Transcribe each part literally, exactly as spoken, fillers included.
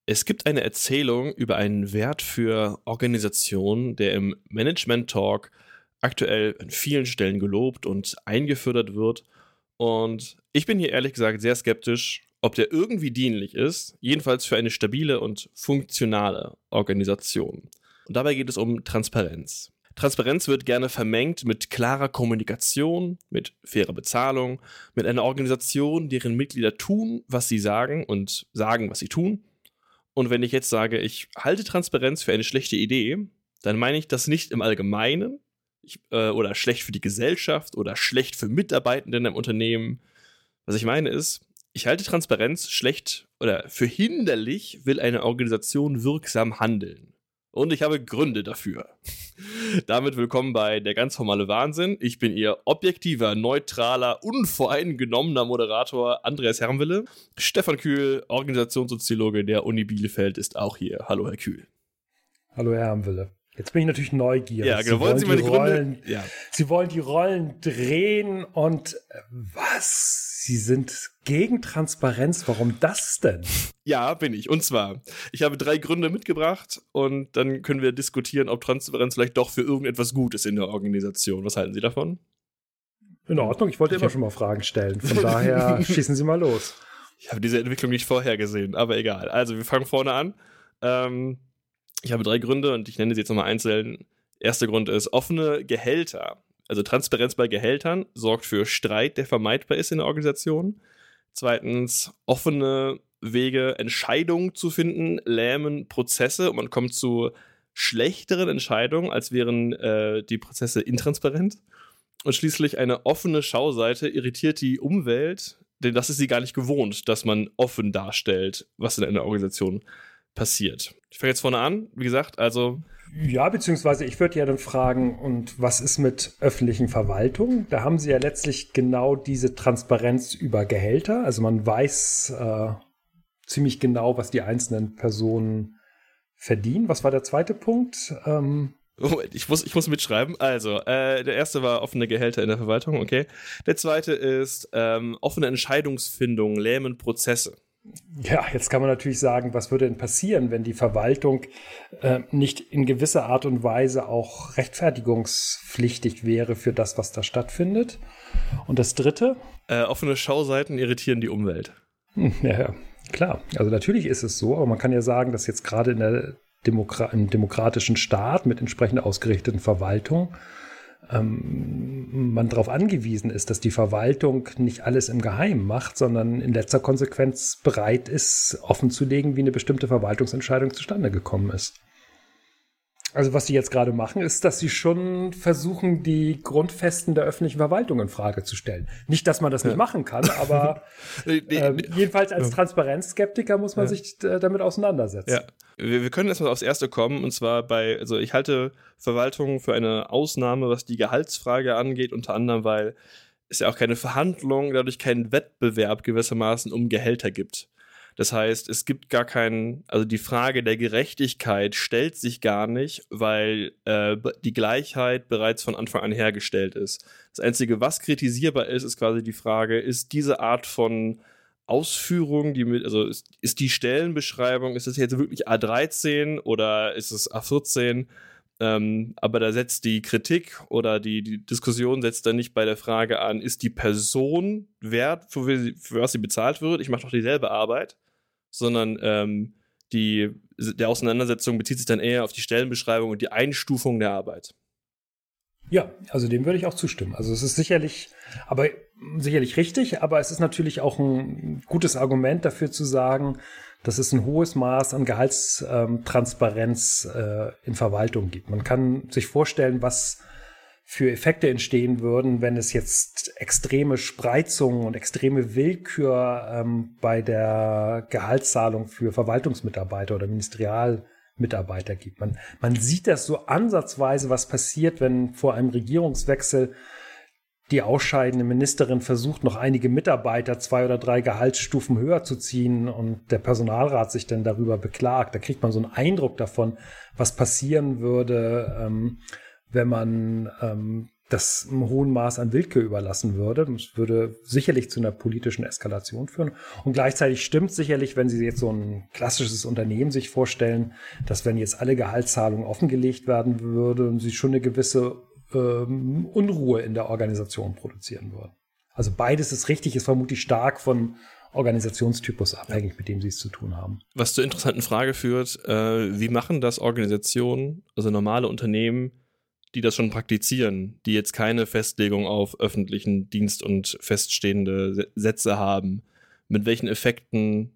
Es gibt eine Erzählung über einen Wert für Organisationen, der im Management-Talk aktuell an vielen Stellen gelobt und eingefördert wird. Und ich bin hier ehrlich gesagt sehr skeptisch, ob der irgendwie dienlich ist, jedenfalls für eine stabile und funktionale Organisation. Und dabei geht es um Transparenz. Transparenz wird gerne vermengt mit klarer Kommunikation, mit fairer Bezahlung, mit einer Organisation, deren Mitglieder tun, was sie sagen und sagen, was sie tun. Und wenn ich jetzt sage, ich halte Transparenz für eine schlechte Idee, dann meine ich das nicht im Allgemeinen ich, äh, oder schlecht für die Gesellschaft oder schlecht für Mitarbeitende in einem Unternehmen. Was ich meine ist, ich halte Transparenz schlecht oder für hinderlich, will eine Organisation wirksam handeln. Und ich habe Gründe dafür. Damit willkommen bei Der ganz formale Wahnsinn. Ich bin Ihr objektiver, neutraler, unvoreingenommener Moderator Andreas Herrenwille. Stefan Kühl, Organisationssoziologe der Uni Bielefeld, ist auch hier. Hallo, Herr Kühl. Hallo, Herr Herrenwille. Jetzt bin ich natürlich neugierig. Ja, genau. Sie wollen Sie meine Rollen, Gründe? Ja. Sie wollen die Rollen drehen und was? Sie sind gegen Transparenz. Warum das denn? Ja, bin ich. Und zwar, ich habe drei Gründe mitgebracht und dann können wir diskutieren, ob Transparenz vielleicht doch für irgendetwas gut ist in der Organisation. Was halten Sie davon? In Ordnung. Ich wollte immer schon mal Fragen stellen. Von daher schießen Sie mal los. Ich habe diese Entwicklung nicht vorhergesehen, aber egal. Also, wir fangen vorne an. Ähm, ich habe drei Gründe und ich nenne sie jetzt nochmal einzeln. Erster Grund ist offene Gehälter. Also Transparenz bei Gehältern sorgt für Streit, der vermeidbar ist in der Organisation. Zweitens, offene Wege, Entscheidungen zu finden, lähmen Prozesse und man kommt zu schlechteren Entscheidungen, als wären äh, die Prozesse intransparent. Und schließlich eine offene Schauseite irritiert die Umwelt, denn das ist sie gar nicht gewohnt, dass man offen darstellt, was in einer Organisation passiert. Ich fange jetzt vorne an, wie gesagt, also ja, beziehungsweise ich würde ja dann fragen, und was ist mit öffentlichen Verwaltungen? Da haben Sie ja letztlich genau diese Transparenz über Gehälter. Also man weiß äh, ziemlich genau, was die einzelnen Personen verdienen. Was war der zweite Punkt? Ähm Moment, ich muss, ich muss mitschreiben. Also, äh, der erste war offene Gehälter in der Verwaltung, okay. Der zweite ist ähm, offene Entscheidungsfindung, lähmen Prozesse. Ja, jetzt kann man natürlich sagen, was würde denn passieren, wenn die Verwaltung äh, nicht in gewisser Art und Weise auch rechtfertigungspflichtig wäre für das, was da stattfindet? Und das Dritte? Äh, offene Schauseiten irritieren die Umwelt. Hm, ja, klar. Also natürlich ist es so, aber man kann ja sagen, dass jetzt gerade in der Demokra- im demokratischen Staat mit entsprechend ausgerichteten Verwaltung man darauf angewiesen ist, dass die Verwaltung nicht alles im Geheimen macht, sondern in letzter Konsequenz bereit ist, offenzulegen, wie eine bestimmte Verwaltungsentscheidung zustande gekommen ist. Also was sie jetzt gerade machen, ist, dass sie schon versuchen, die Grundfesten der öffentlichen Verwaltung in Frage zu stellen. Nicht, dass man das nicht ja. machen kann, aber äh, jedenfalls als Transparenzskeptiker muss man ja. sich äh, damit auseinandersetzen. Ja. Wir, wir können erstmal aufs Erste kommen, und zwar bei, also ich halte Verwaltung für eine Ausnahme, was die Gehaltsfrage angeht, unter anderem, weil es ja auch keine Verhandlung, dadurch keinen Wettbewerb gewissermaßen um Gehälter gibt. Das heißt, es gibt gar keinen, also die Frage der Gerechtigkeit stellt sich gar nicht, weil äh, die Gleichheit bereits von Anfang an hergestellt ist. Das Einzige, was kritisierbar ist, ist quasi die Frage, ist diese Art von Ausführung, die mit, also ist, ist die Stellenbeschreibung, ist es jetzt wirklich A dreizehn oder ist es A vierzehn? Ähm, aber da setzt die Kritik oder die, die Diskussion setzt dann nicht bei der Frage an, ist die Person wert, für, für was sie bezahlt wird, ich mache doch dieselbe Arbeit, sondern ähm, die, der Auseinandersetzung bezieht sich dann eher auf die Stellenbeschreibung und die Einstufung der Arbeit. Ja, also dem würde ich auch zustimmen. Also es ist sicherlich, aber sicherlich richtig, aber es ist natürlich auch ein gutes Argument dafür zu sagen, dass es ein hohes Maß an Gehaltstransparenz äh, in Verwaltung gibt. Man kann sich vorstellen, was für Effekte entstehen würden, wenn es jetzt extreme Spreizungen und extreme Willkür ähm, bei der Gehaltszahlung für Verwaltungsmitarbeiter oder Ministerialmitarbeiter gibt. Man, man sieht das so ansatzweise, was passiert, wenn vor einem Regierungswechsel die ausscheidende Ministerin versucht, noch einige Mitarbeiter zwei oder drei Gehaltsstufen höher zu ziehen und der Personalrat sich dann darüber beklagt. Da kriegt man so einen Eindruck davon, was passieren würde, ähm, wenn man ähm, das einem hohen Maß an Willkür überlassen würde. Das würde sicherlich zu einer politischen Eskalation führen. Und gleichzeitig stimmt sicherlich, wenn Sie jetzt so ein klassisches Unternehmen sich vorstellen, dass wenn jetzt alle Gehaltszahlungen offengelegt werden würden, Sie schon eine gewisse ähm, Unruhe in der Organisation produzieren würden. Also beides ist richtig, ist vermutlich stark von Organisationstypus abhängig, mit dem Sie es zu tun haben. Was zur interessanten Frage führt, äh, wie machen das Organisationen, also normale Unternehmen, die das schon praktizieren, die jetzt keine Festlegung auf öffentlichen Dienst und feststehende Sätze haben? Mit welchen Effekten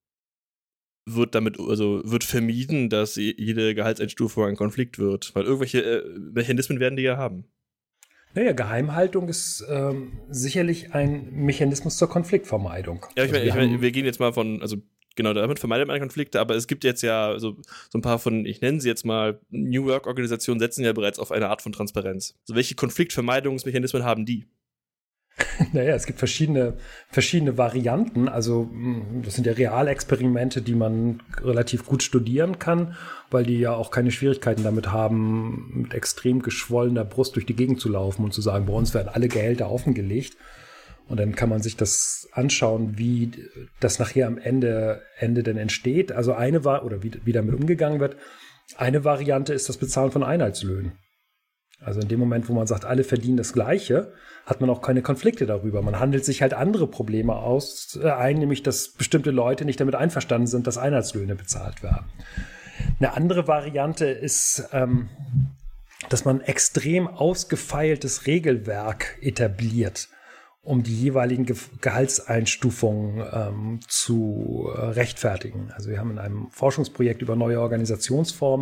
wird damit, also wird vermieden, dass jede Gehaltseinstufung ein Konflikt wird? Weil irgendwelche äh, Mechanismen werden die ja haben. Naja, Geheimhaltung ist ähm, sicherlich ein Mechanismus zur Konfliktvermeidung. Ja, ich also meine, ich mein, wir gehen jetzt mal von, also genau, damit vermeidet man Konflikte, aber es gibt jetzt ja so, so ein paar von, ich nenne sie jetzt mal, New Work-Organisationen setzen ja bereits auf eine Art von Transparenz. Also welche Konfliktvermeidungsmechanismen haben die? Naja, es gibt verschiedene, verschiedene Varianten. Also das sind ja Realexperimente, die man relativ gut studieren kann, weil die ja auch keine Schwierigkeiten damit haben, mit extrem geschwollener Brust durch die Gegend zu laufen und zu sagen, bei uns werden alle Gehälter offengelegt. Und dann kann man sich das anschauen, wie das nachher am Ende, Ende denn entsteht. Also eine war, oder wie, wie damit umgegangen wird. Eine Variante ist das Bezahlen von Einheitslöhnen. Also in dem Moment, wo man sagt, alle verdienen das Gleiche, hat man auch keine Konflikte darüber. Man handelt sich halt andere Probleme aus, äh, ein, nämlich, dass bestimmte Leute nicht damit einverstanden sind, dass Einheitslöhne bezahlt werden. Eine andere Variante ist, ähm, dass man extrem ausgefeiltes Regelwerk etabliert, um die jeweiligen Ge- Gehaltseinstufungen ähm, zu äh, rechtfertigen. Also wir haben in einem Forschungsprojekt über neue Organisationsformen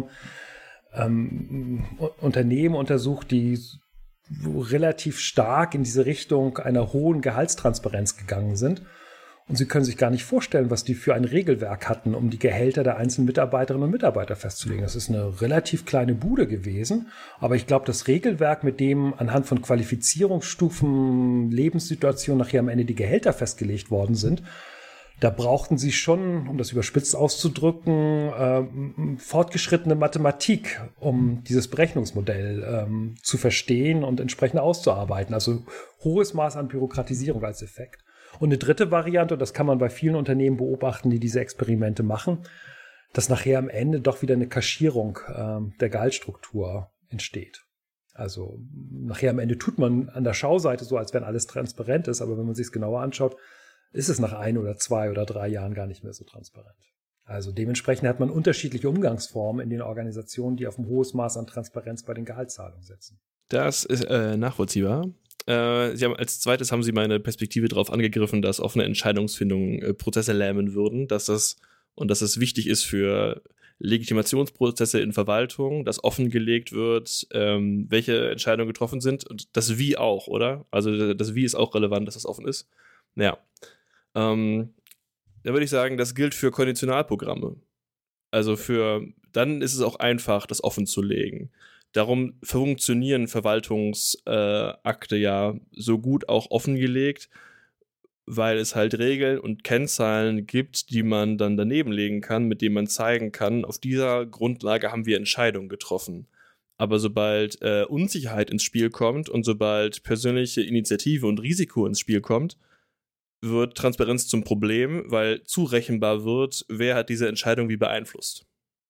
ähm, Unternehmen untersucht, die relativ stark in diese Richtung einer hohen Gehaltstransparenz gegangen sind. Und Sie können sich gar nicht vorstellen, was die für ein Regelwerk hatten, um die Gehälter der einzelnen Mitarbeiterinnen und Mitarbeiter festzulegen. Das ist eine relativ kleine Bude gewesen. Aber ich glaube, das Regelwerk, mit dem anhand von Qualifizierungsstufen, Lebenssituationen nachher am Ende die Gehälter festgelegt worden sind, da brauchten sie schon, um das überspitzt auszudrücken, äh, fortgeschrittene Mathematik, um dieses Berechnungsmodell ähm, zu verstehen und entsprechend auszuarbeiten. Also hohes Maß an Bürokratisierung als Effekt. Und eine dritte Variante, und das kann man bei vielen Unternehmen beobachten, die diese Experimente machen, dass nachher am Ende doch wieder eine Kaschierung äh, der Gehaltsstruktur entsteht. Also nachher am Ende tut man an der Schauseite so, als wenn alles transparent ist, aber wenn man sich es genauer anschaut, ist es nach ein oder zwei oder drei Jahren gar nicht mehr so transparent. Also dementsprechend hat man unterschiedliche Umgangsformen in den Organisationen, die auf ein hohes Maß an Transparenz bei den Gehaltszahlungen setzen. Das ist äh, nachvollziehbar. Äh, Sie haben, als zweites haben Sie meine Perspektive darauf angegriffen, dass offene Entscheidungsfindungen äh, Prozesse lähmen würden, dass das und dass es wichtig ist für Legitimationsprozesse in Verwaltung, dass offengelegt wird, ähm, welche Entscheidungen getroffen sind und das Wie auch, oder? Also das Wie ist auch relevant, dass das offen ist. Ja. Ähm, da würde ich sagen, das gilt für Konditionalprogramme. Also für, dann ist es auch einfach, das offen zu legen. Darum funktionieren Verwaltungsakte äh, ja so gut auch offengelegt, weil es halt Regeln und Kennzahlen gibt, die man dann daneben legen kann, mit denen man zeigen kann, auf dieser Grundlage haben wir Entscheidungen getroffen. Aber sobald äh, Unsicherheit ins Spiel kommt und sobald persönliche Initiative und Risiko ins Spiel kommt, wird Transparenz zum Problem, weil zurechenbar wird, wer hat diese Entscheidung wie beeinflusst.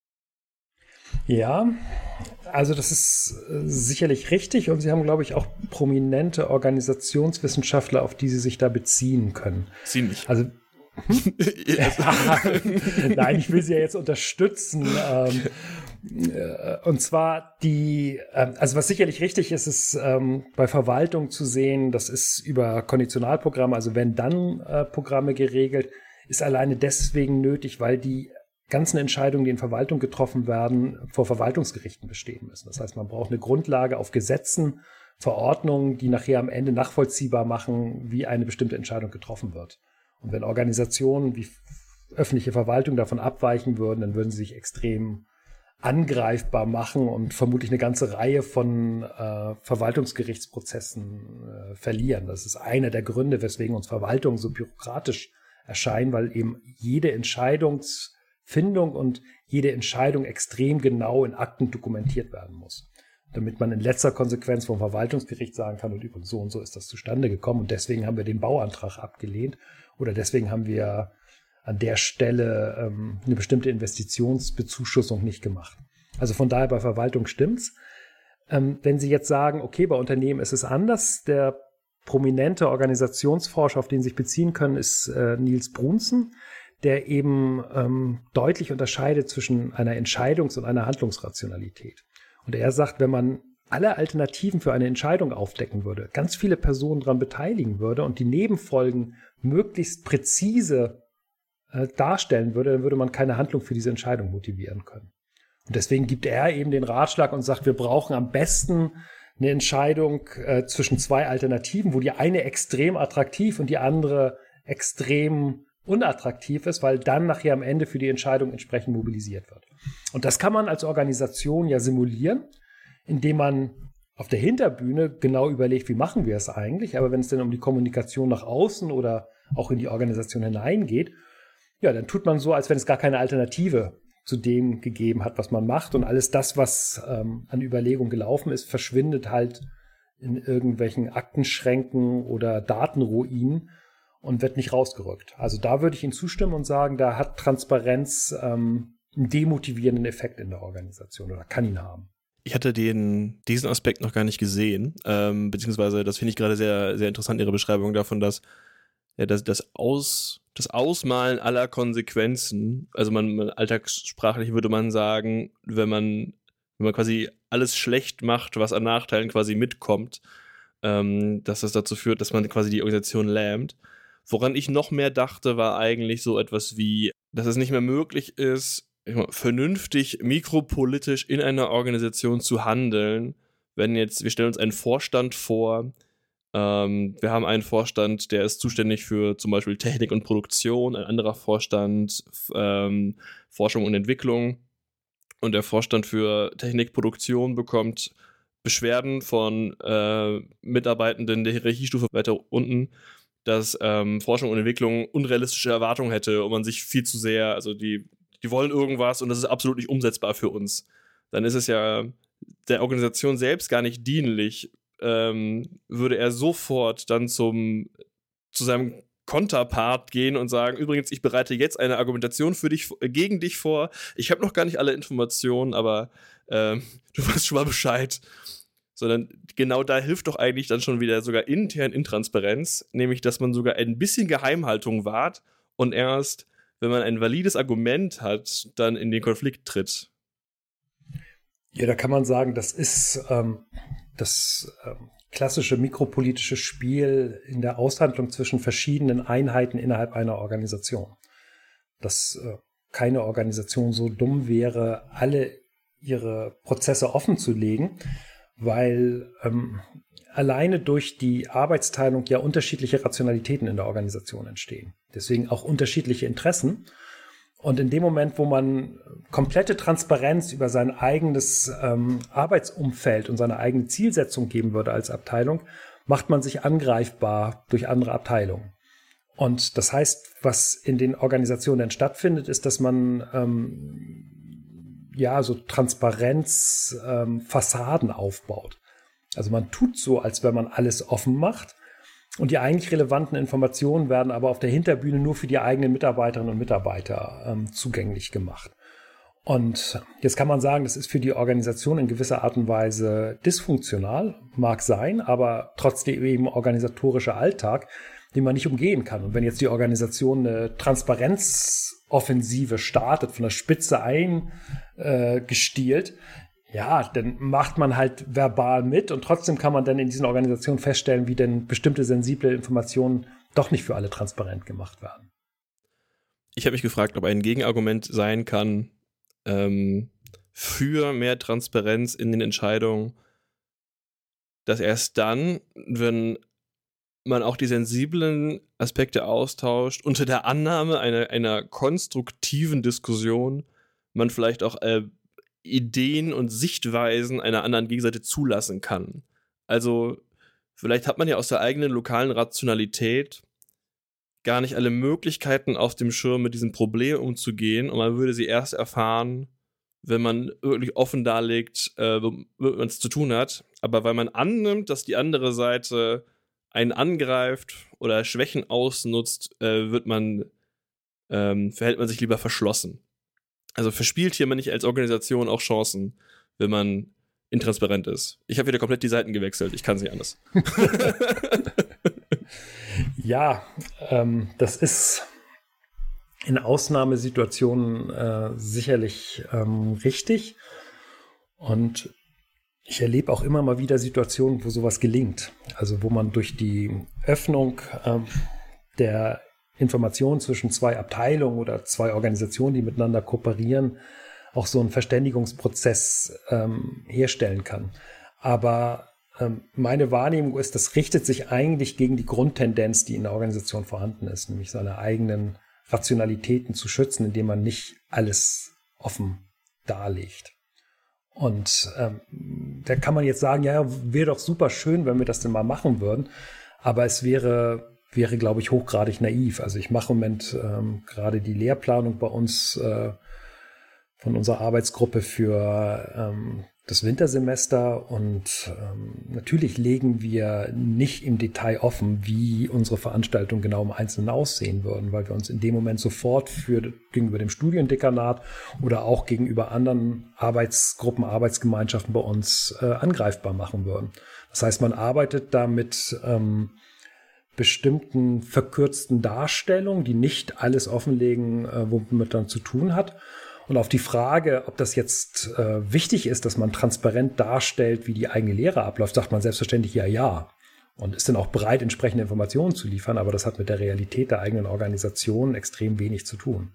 Ja, also das ist sicherlich richtig und Sie haben, glaube ich, auch prominente Organisationswissenschaftler, auf die Sie sich da beziehen können. Sie nicht. Also nein, ich will Sie ja jetzt unterstützen. Ähm, äh, und zwar die, äh, also was sicherlich richtig ist, ist ähm, bei Verwaltung zu sehen, das ist über Konditionalprogramme, also wenn dann äh, Programme geregelt, ist alleine deswegen nötig, weil die ganzen Entscheidungen, die in Verwaltung getroffen werden, vor Verwaltungsgerichten bestehen müssen. Das heißt, man braucht eine Grundlage auf Gesetzen, Verordnungen, die nachher am Ende nachvollziehbar machen, wie eine bestimmte Entscheidung getroffen wird. Und wenn Organisationen wie öffentliche Verwaltung davon abweichen würden, dann würden sie sich extrem angreifbar machen und vermutlich eine ganze Reihe von äh, Verwaltungsgerichtsprozessen äh, verlieren. Das ist einer der Gründe, weswegen uns Verwaltungen so bürokratisch erscheinen, weil eben jede Entscheidungsfindung und jede Entscheidung extrem genau in Akten dokumentiert werden muss. damit man in letzter Konsequenz vom Verwaltungsgericht sagen kann, und übrigens so und so ist das zustande gekommen und deswegen haben wir den Bauantrag abgelehnt oder deswegen haben wir an der Stelle ähm, eine bestimmte Investitionsbezuschussung nicht gemacht. Also von daher bei Verwaltung stimmt's. Ähm, wenn Sie jetzt sagen, okay, bei Unternehmen ist es anders, der prominente Organisationsforscher, auf den Sie sich beziehen können, ist äh, Niels Brunsen, der eben ähm, deutlich unterscheidet zwischen einer Entscheidungs- und einer Handlungsrationalität. Und er sagt, wenn man alle Alternativen für eine Entscheidung aufdecken würde, ganz viele Personen daran beteiligen würde und die Nebenfolgen möglichst präzise äh, darstellen würde, dann würde man keine Handlung für diese Entscheidung motivieren können. Und deswegen gibt er eben den Ratschlag und sagt, wir brauchen am besten eine Entscheidung äh, zwischen zwei Alternativen, wo die eine extrem attraktiv und die andere extrem unattraktiv ist, weil dann nachher am Ende für die Entscheidung entsprechend mobilisiert wird. Und das kann man als Organisation ja simulieren, indem man auf der Hinterbühne genau überlegt, wie machen wir es eigentlich, aber wenn es dann um die Kommunikation nach außen oder auch in die Organisation hineingeht, ja, dann tut man so, als wenn es gar keine Alternative zu dem gegeben hat, was man macht und alles das, was ähm, an Überlegung gelaufen ist, verschwindet halt in irgendwelchen Aktenschränken oder Datenruinen und wird nicht rausgerückt. Also da würde ich Ihnen zustimmen und sagen, da hat Transparenz ähm, einen demotivierenden Effekt in der Organisation oder kann ihn haben. Ich hatte den, diesen Aspekt noch gar nicht gesehen, ähm, beziehungsweise das finde ich gerade sehr, sehr interessant, Ihre Beschreibung davon, dass ja, das, das, Aus, das Ausmalen aller Konsequenzen, also man, man alltagssprachlich würde man sagen, wenn man, wenn man quasi alles schlecht macht, was an Nachteilen quasi mitkommt, ähm, dass das dazu führt, dass man quasi die Organisation lähmt. Woran ich noch mehr dachte, war eigentlich so etwas wie, dass es nicht mehr möglich ist, vernünftig mikropolitisch in einer Organisation zu handeln, wenn jetzt, wir stellen uns einen Vorstand vor, ähm, wir haben einen Vorstand, der ist zuständig für zum Beispiel Technik und Produktion, ein anderer Vorstand ähm, Forschung und Entwicklung und der Vorstand für Technikproduktion bekommt Beschwerden von äh, Mitarbeitenden der Hierarchiestufe weiter unten, dass ähm, Forschung und Entwicklung unrealistische Erwartungen hätte und man sich viel zu sehr, also die Die wollen irgendwas und das ist absolut nicht umsetzbar für uns. Dann ist es ja der Organisation selbst gar nicht dienlich, ähm, würde er sofort dann zum, zu seinem Konterpart gehen und sagen, übrigens, ich bereite jetzt eine Argumentation für dich, gegen dich vor. Ich habe noch gar nicht alle Informationen, aber ähm, du weißt schon mal Bescheid. Sondern genau da hilft doch eigentlich dann schon wieder sogar intern Intransparenz, nämlich, dass man sogar ein bisschen Geheimhaltung wahrt und erst, wenn man ein valides Argument hat, dann in den Konflikt tritt. Ja, da kann man sagen, das ist ähm, das ähm, klassische mikropolitische Spiel in der Aushandlung zwischen verschiedenen Einheiten innerhalb einer Organisation. Dass äh, keine Organisation so dumm wäre, alle ihre Prozesse offen zu legen, weil ähm, alleine durch die Arbeitsteilung ja unterschiedliche Rationalitäten in der Organisation entstehen. Deswegen auch unterschiedliche Interessen. Und in dem Moment, wo man komplette Transparenz über sein eigenes ähm, Arbeitsumfeld und seine eigene Zielsetzung geben würde als Abteilung, macht man sich angreifbar durch andere Abteilungen. Und das heißt, was in den Organisationen dann stattfindet, ist, dass man ähm, ja so Transparenzfassaden ähm, aufbaut. Also man tut so, als wenn man alles offen macht und die eigentlich relevanten Informationen werden aber auf der Hinterbühne nur für die eigenen Mitarbeiterinnen und Mitarbeiter ähm, zugänglich gemacht. Und jetzt kann man sagen, das ist für die Organisation in gewisser Art und Weise dysfunktional, mag sein, aber trotzdem eben organisatorischer Alltag, den man nicht umgehen kann. Und wenn jetzt die Organisation eine Transparenzoffensive startet, von der Spitze eingestielt, ja, dann macht man halt verbal mit und trotzdem kann man dann in diesen Organisationen feststellen, wie denn bestimmte sensible Informationen doch nicht für alle transparent gemacht werden. Ich habe mich gefragt, ob ein Gegenargument sein kann ähm, für mehr Transparenz in den Entscheidungen, dass erst dann, wenn man auch die sensiblen Aspekte austauscht, unter der Annahme einer, einer konstruktiven Diskussion, man vielleicht auch äh, Ideen und Sichtweisen einer anderen Gegenseite zulassen kann. Also vielleicht hat man ja aus der eigenen lokalen Rationalität gar nicht alle Möglichkeiten auf dem Schirm, mit diesem Problem umzugehen und man würde sie erst erfahren, wenn man wirklich offen darlegt, äh, womit man es zu tun hat. Aber weil man annimmt, dass die andere Seite einen angreift oder Schwächen ausnutzt, äh, wird man, ähm, verhält man sich lieber verschlossen. Also verspielt hier man nicht als Organisation auch Chancen, wenn man intransparent ist. Ich habe wieder komplett die Seiten gewechselt. Ich kann es nicht anders. Ja, ähm, das ist in Ausnahmesituationen äh, sicherlich ähm, richtig. Und ich erlebe auch immer mal wieder Situationen, wo sowas gelingt. Also wo man durch die Öffnung ähm, der Informationen zwischen zwei Abteilungen oder zwei Organisationen, die miteinander kooperieren, auch so einen Verständigungsprozess ähm, herstellen kann. Aber ähm, meine Wahrnehmung ist, das richtet sich eigentlich gegen die Grundtendenz, die in der Organisation vorhanden ist, nämlich seine eigenen Rationalitäten zu schützen, indem man nicht alles offen darlegt. Und ähm, da kann man jetzt sagen, ja, wäre doch super schön, wenn wir das denn mal machen würden. Aber es wäre, wäre, glaube ich, hochgradig naiv. Also ich mache im Moment ähm, gerade die Lehrplanung bei uns äh, von unserer Arbeitsgruppe für ähm, das Wintersemester. Und ähm, natürlich legen wir nicht im Detail offen, wie unsere Veranstaltungen genau im Einzelnen aussehen würden, weil wir uns in dem Moment sofort für gegenüber dem Studiendekanat oder auch gegenüber anderen Arbeitsgruppen, Arbeitsgemeinschaften bei uns äh, angreifbar machen würden. Das heißt, man arbeitet da mit ähm, bestimmten verkürzten Darstellungen, die nicht alles offenlegen, äh, womit man dann zu tun hat. Und auf die Frage, ob das jetzt äh, wichtig ist, dass man transparent darstellt, wie die eigene Lehre abläuft, sagt man selbstverständlich ja, ja. Und ist dann auch bereit, entsprechende Informationen zu liefern. Aber das hat mit der Realität der eigenen Organisation extrem wenig zu tun.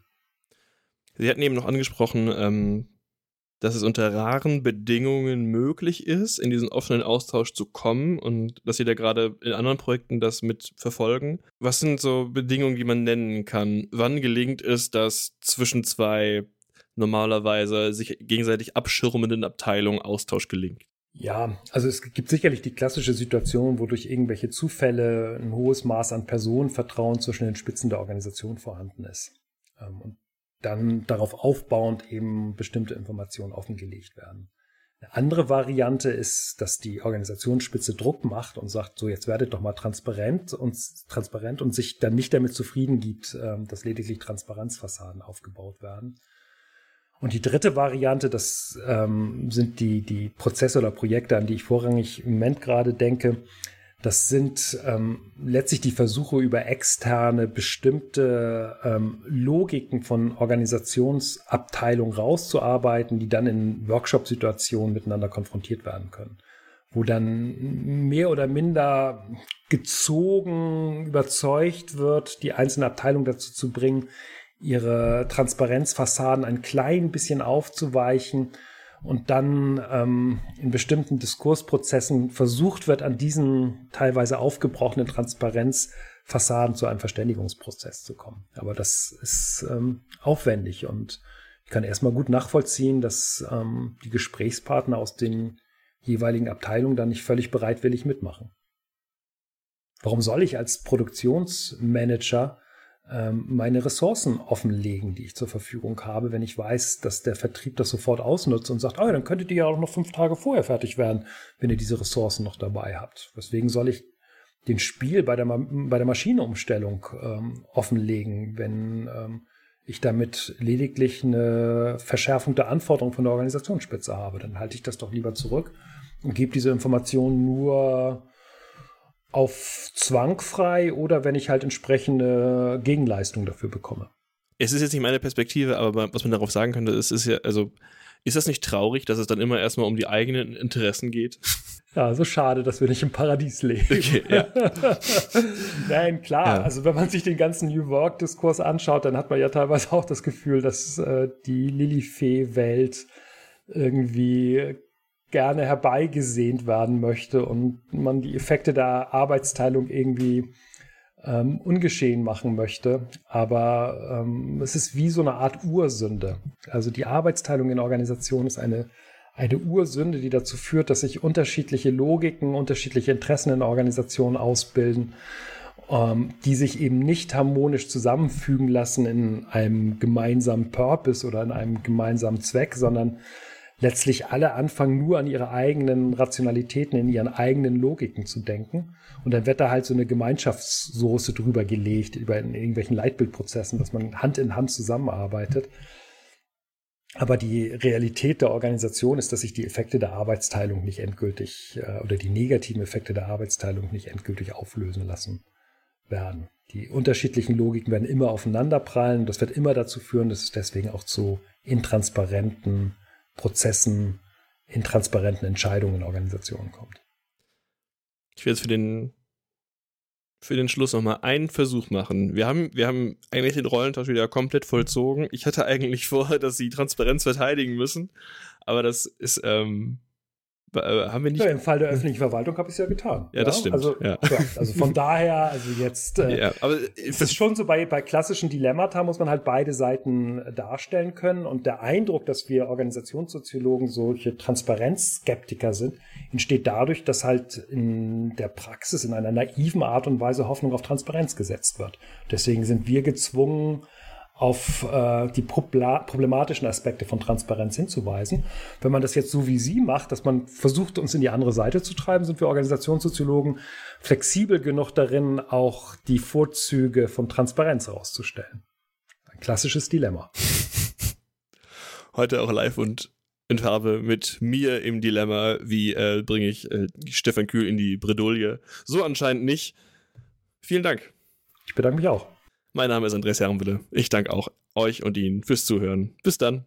Sie hatten eben noch angesprochen, ähm, dass es unter raren Bedingungen möglich ist, in diesen offenen Austausch zu kommen und dass Sie da gerade in anderen Projekten das mit verfolgen. Was sind so Bedingungen, die man nennen kann? Wann gelingt es, dass zwischen zwei normalerweise sich gegenseitig abschirmenden Abteilungen Austausch gelingt? Ja, also es gibt sicherlich die klassische Situation, wo durch irgendwelche Zufälle ein hohes Maß an Personenvertrauen zwischen den Spitzen der Organisation vorhanden ist. Und dann darauf aufbauend eben bestimmte Informationen offengelegt werden. Eine andere Variante ist, dass die Organisationsspitze Druck macht und sagt, so jetzt werdet doch mal transparent und transparent und sich dann nicht damit zufrieden gibt, dass lediglich Transparenzfassaden aufgebaut werden. Und die dritte Variante, das ähm, sind die, die Prozesse oder Projekte, an die ich vorrangig im Moment gerade denke. Das sind ähm, letztlich die Versuche, über externe bestimmte ähm, Logiken von Organisationsabteilungen rauszuarbeiten, die dann in Workshop-Situationen miteinander konfrontiert werden können. Wo dann mehr oder minder gezogen, überzeugt wird, die einzelne Abteilung dazu zu bringen, ihre Transparenzfassaden ein klein bisschen aufzuweichen und dann ähm, in bestimmten Diskursprozessen versucht wird, an diesen teilweise aufgebrochenen Transparenzfassaden zu einem Verständigungsprozess zu kommen. Aber das ist ähm, aufwendig und ich kann erstmal gut nachvollziehen, dass ähm, die Gesprächspartner aus den jeweiligen Abteilungen dann nicht völlig bereitwillig mitmachen. Warum soll ich als Produktionsmanager meine Ressourcen offenlegen, die ich zur Verfügung habe, wenn ich weiß, dass der Vertrieb das sofort ausnutzt und sagt, oh, ja, dann könntet ihr ja auch noch fünf Tage vorher fertig werden, wenn ihr diese Ressourcen noch dabei habt. Weswegen soll ich den Spiel bei der, bei der Maschinenumstellung ähm, offenlegen, wenn ähm, ich damit lediglich eine Verschärfung der Anforderungen von der Organisationsspitze habe? Dann halte ich das doch lieber zurück und gebe diese Informationen nur auf Zwang frei oder wenn ich halt entsprechende Gegenleistung dafür bekomme. Es ist jetzt nicht meine Perspektive, aber was man darauf sagen könnte, ist, ist ja, also, ist das nicht traurig, dass es dann immer erstmal um die eigenen Interessen geht? Ja, so schade, dass wir nicht im Paradies leben. Okay, ja. Nein, klar. Ja. Also wenn man sich den ganzen New Work-Diskurs anschaut, dann hat man ja teilweise auch das Gefühl, dass äh, die Lilifee-Welt irgendwie gerne herbeigesehnt werden möchte und man die Effekte der Arbeitsteilung irgendwie ähm, ungeschehen machen möchte. Aber ähm, es ist wie so eine Art Ursünde. Also die Arbeitsteilung in Organisationen ist eine, eine Ursünde, die dazu führt, dass sich unterschiedliche Logiken, unterschiedliche Interessen in Organisationen ausbilden ähm, die sich eben nicht harmonisch zusammenfügen lassen in einem gemeinsamen Purpose oder in einem gemeinsamen Zweck, sondern letztlich alle anfangen, nur an ihre eigenen Rationalitäten, in ihren eigenen Logiken zu denken. Und dann wird da halt so eine Gemeinschaftssoße drüber gelegt, über in irgendwelchen Leitbildprozessen, dass man Hand in Hand zusammenarbeitet. Aber die Realität der Organisation ist, dass sich die Effekte der Arbeitsteilung nicht endgültig äh, oder die negativen Effekte der Arbeitsteilung nicht endgültig auflösen lassen werden. Die unterschiedlichen Logiken werden immer aufeinanderprallen und das wird immer dazu führen, dass es deswegen auch zu intransparenten Prozessen, intransparenten Entscheidungen in Organisationen kommt. Ich will jetzt für den für den Schluss nochmal einen Versuch machen. Wir haben, wir haben eigentlich den Rollentausch wieder komplett vollzogen. Ich hatte eigentlich vor, dass sie Transparenz verteidigen müssen, aber das ist, ähm, äh, haben wir nicht. Ja, im Fall der öffentlichen Verwaltung habe ich es ja getan. Ja, das stimmt. Also, ja. Ja, also von daher, also jetzt, äh, ja, aber es ist schon so, bei, bei klassischen Dilemmata muss man halt beide Seiten darstellen können und der Eindruck, dass wir Organisationssoziologen solche Transparenzskeptiker sind, entsteht dadurch, dass halt in der Praxis in einer naiven Art und Weise Hoffnung auf Transparenz gesetzt wird. Deswegen sind wir gezwungen, auf äh, die problematischen Aspekte von Transparenz hinzuweisen. Wenn man das jetzt so wie Sie macht, dass man versucht, uns in die andere Seite zu treiben, sind wir Organisationssoziologen flexibel genug darin, auch die Vorzüge von Transparenz herauszustellen. Ein klassisches Dilemma. Heute auch live und in Farbe mit mir im Dilemma, wie äh, bringe ich äh, Stefan Kühl in die Bredouille. So anscheinend nicht. Vielen Dank. Ich bedanke mich auch. Mein Name ist Andreas Herrenwille. Ich danke auch euch und Ihnen fürs Zuhören. Bis dann.